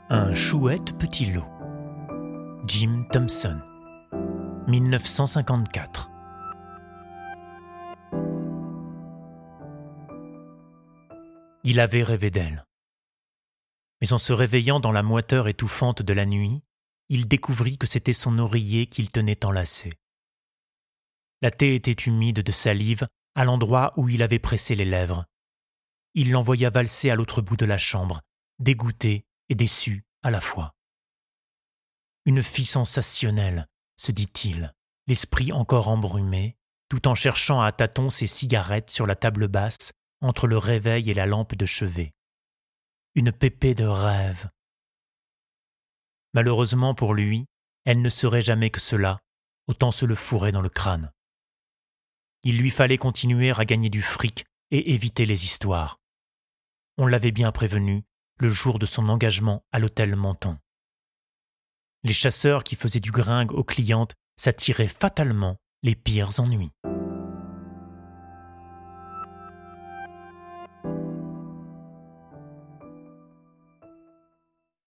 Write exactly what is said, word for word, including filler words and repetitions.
Un chouette petit loup. Jim Thompson, mille neuf cent cinquante-quatre. Il avait rêvé d'elle. Mais en se réveillant dans la moiteur étouffante de la nuit, il découvrit que c'était son oreiller qu'il tenait enlacé. La taie était humide de salive à l'endroit où il avait pressé les lèvres. Il l'envoya valser à l'autre bout de la chambre, dégoûté et déçu à la fois. Une fille sensationnelle, se dit-il, l'esprit encore embrumé, tout en cherchant à tâtons ses cigarettes sur la table basse entre le réveil et la lampe de chevet. Une pépée de rêve. Malheureusement pour lui, elle ne serait jamais que cela, autant se le fourrer dans le crâne. Il lui fallait continuer à gagner du fric et éviter les histoires. On l'avait bien prévenu le jour de son engagement à l'hôtel Menton. Les chasseurs qui faisaient du gringue aux clientes s'attiraient fatalement les pires ennuis.